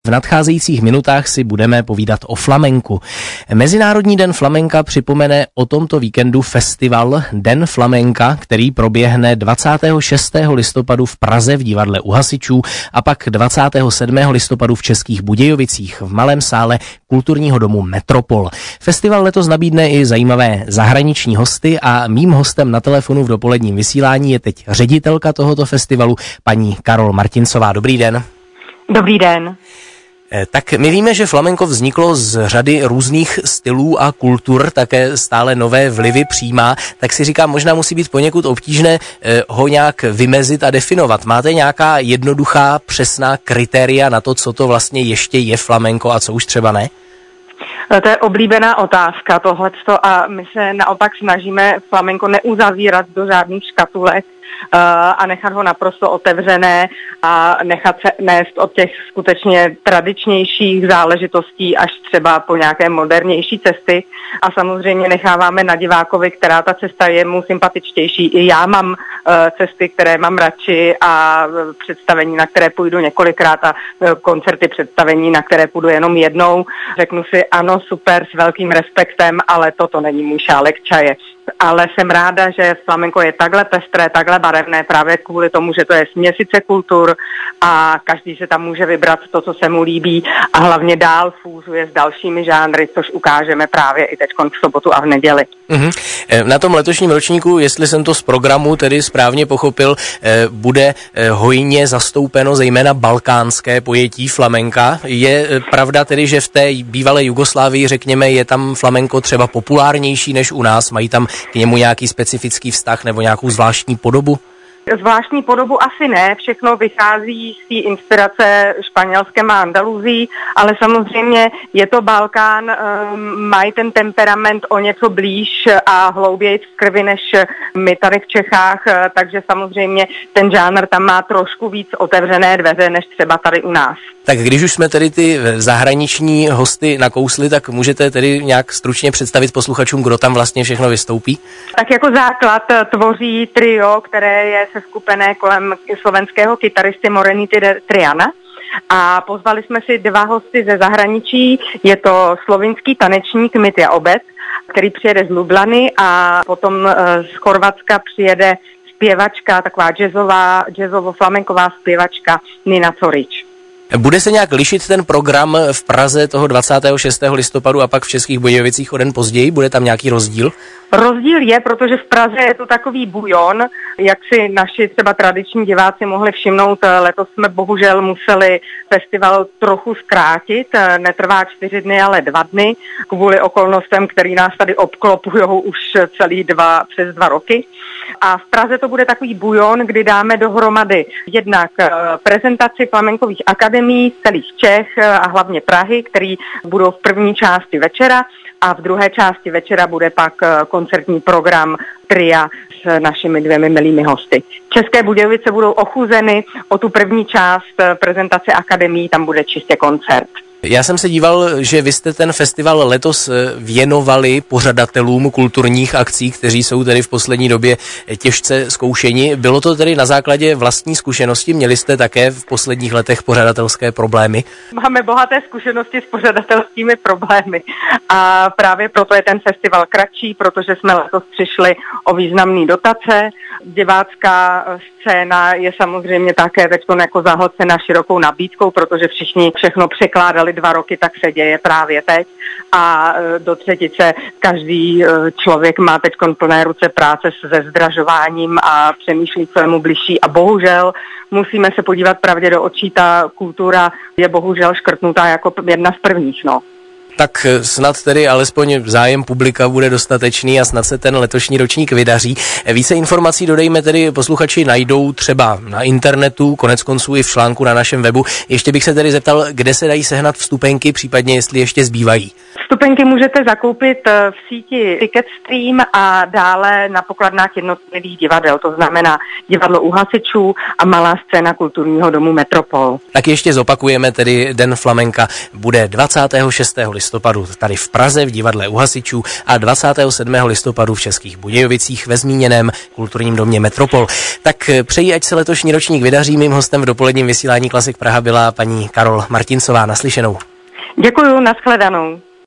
V nadcházejících minutách si budeme povídat o flamenku. Mezinárodní den flamenka připomene o tomto víkendu festival Den flamenka, který proběhne 26. listopadu v Praze v divadle U hasičů a pak 27. listopadu v Českých Budějovicích v malém sále kulturního domu Metropol. Festival letos nabídne i zajímavé zahraniční hosty a mým hostem na telefonu v dopoledním vysílání je teď ředitelka tohoto festivalu, paní Karol Martincová. Dobrý den. Dobrý den. Tak my víme, že flamenko vzniklo z řady různých stylů a kultur, také stále nové vlivy přijímá, tak si říkám, možná musí být poněkud obtížné ho nějak vymezit a definovat. Máte nějaká jednoduchá, přesná kritéria na to, co to vlastně ještě je flamenko a co už třeba ne? To je oblíbená otázka tohleto a my se naopak snažíme flamenko neuzavírat do žádných škatulek a nechat ho naprosto otevřené a nechat se nést od těch skutečně tradičnějších záležitostí až třeba po nějaké modernější cesty a samozřejmě necháváme na divákovi, která ta cesta je mu sympatičtější. I já mám cesty, které mám radši a představení, na které půjdu několikrát a koncerty představení, na které půjdu jenom jednou. Řeknu si ano, super, s velkým respektem, ale toto není můj šálek čaje. Ale jsem ráda, že flamenko je takhle pestré, takhle barevné právě kvůli tomu, že to je směsice kultur a každý se tam může vybrat to, co se mu líbí a hlavně dál fúzuje s dalšími žánry, což ukážeme právě i teď v sobotu a v neděli. Na tom letošním ročníku, jestli jsem to z programu tedy správně pochopil, bude hojně zastoupeno zejména balkánské pojetí flamenka. Je pravda tedy, že v té bývalé Jugoslávii, řekněme, je tam flamenko třeba populárnější než u nás? Mají tam k němu nějaký specifický vztah nebo nějakou zvláštní podobu? Zvláštní podobu asi ne, všechno vychází z té inspirace Španělskem a Andaluzí, ale samozřejmě je to Balkán, mají ten temperament o něco blíž a hlouběji v krvi než my tady v Čechách, takže samozřejmě ten žánr tam má trošku víc otevřené dveře než třeba tady u nás. Tak když už jsme tedy ty zahraniční hosty nakousli, tak můžete tedy nějak stručně představit posluchačům, kdo tam vlastně všechno vystoupí? Tak jako základ tvoří trio, které je seskupené kolem slovenského kytaristy Morenity de Triana. A pozvali jsme si dva hosty ze zahraničí. Je to slovinský tanečník Mitja Obec, který přijede z Lublany a potom z Chorvatska přijede zpěvačka, taková jazzovo-flamenková zpěvačka Nina Corič. Bude se nějak lišit ten program v Praze toho 26. listopadu a pak v Českých Budějovicích o den později? Bude tam nějaký rozdíl? Rozdíl je, protože v Praze je to takový bujon, jak si naši třeba tradiční diváci mohli všimnout. Letos jsme bohužel museli festival trochu zkrátit, netrvá 4 dny, ale 2 dny, kvůli okolnostem, který nás tady obklopujou už přes 2 roky. A v Praze to bude takový bujon, kdy dáme dohromady jednak prezentaci flamenkových akademií z celých Čech a hlavně Prahy, který budou v první části večera a v druhé části večera bude pak koncertní program tria s našimi 2 milými hosty. České Budějovice budou ochuzeny o tu první část prezentace akademií, tam bude čistě koncert. Já jsem se díval, že vy jste ten festival letos věnovali pořadatelům kulturních akcí, kteří jsou tedy v poslední době těžce zkoušeni. Bylo to tedy na základě vlastní zkušenosti? Měli jste také v posledních letech pořadatelské problémy? Máme bohaté zkušenosti s pořadatelskými problémy a právě proto je ten festival kratší, protože jsme letos přišli o významné dotace. Divácká scéna je samozřejmě také teď jako zahlcena širokou nabídkou, protože všichni všechno překládali 2 roky, tak se děje právě teď a do třetice každý člověk má teď plné ruce práce se zdražováním a přemýšlí, co je mu bližší a bohužel musíme se podívat pravdě do očí, ta kultura je bohužel škrtnutá jako jedna z prvních, Tak snad tedy alespoň zájem publika bude dostatečný a snad se ten letošní ročník vydaří. Více informací, dodejme tedy, posluchači najdou třeba na internetu, koneckonců i v článku na našem webu. Ještě bych se tedy zeptal, kde se dají sehnat vstupenky, případně jestli ještě zbývají. Vstupenky můžete zakoupit v síti Ticketstream a dále na pokladnách jednotlivých divadel, to znamená divadlo U hasičů a malá scéna kulturního domu Metropol. Tak ještě zopakujeme tedy Den flamenka, bude 26. listopadu listopadu tady v Praze v divadle U hasičů a 27. listopadu v Českých Budějovicích ve zmíněném kulturním domě Metropol. Tak přeji, ať se letošní ročník vydaří. Mým hostem v dopoledním vysílání Klasik Praha byla paní Karol Martincová. Naslyšenou. Děkuju, nashledanou.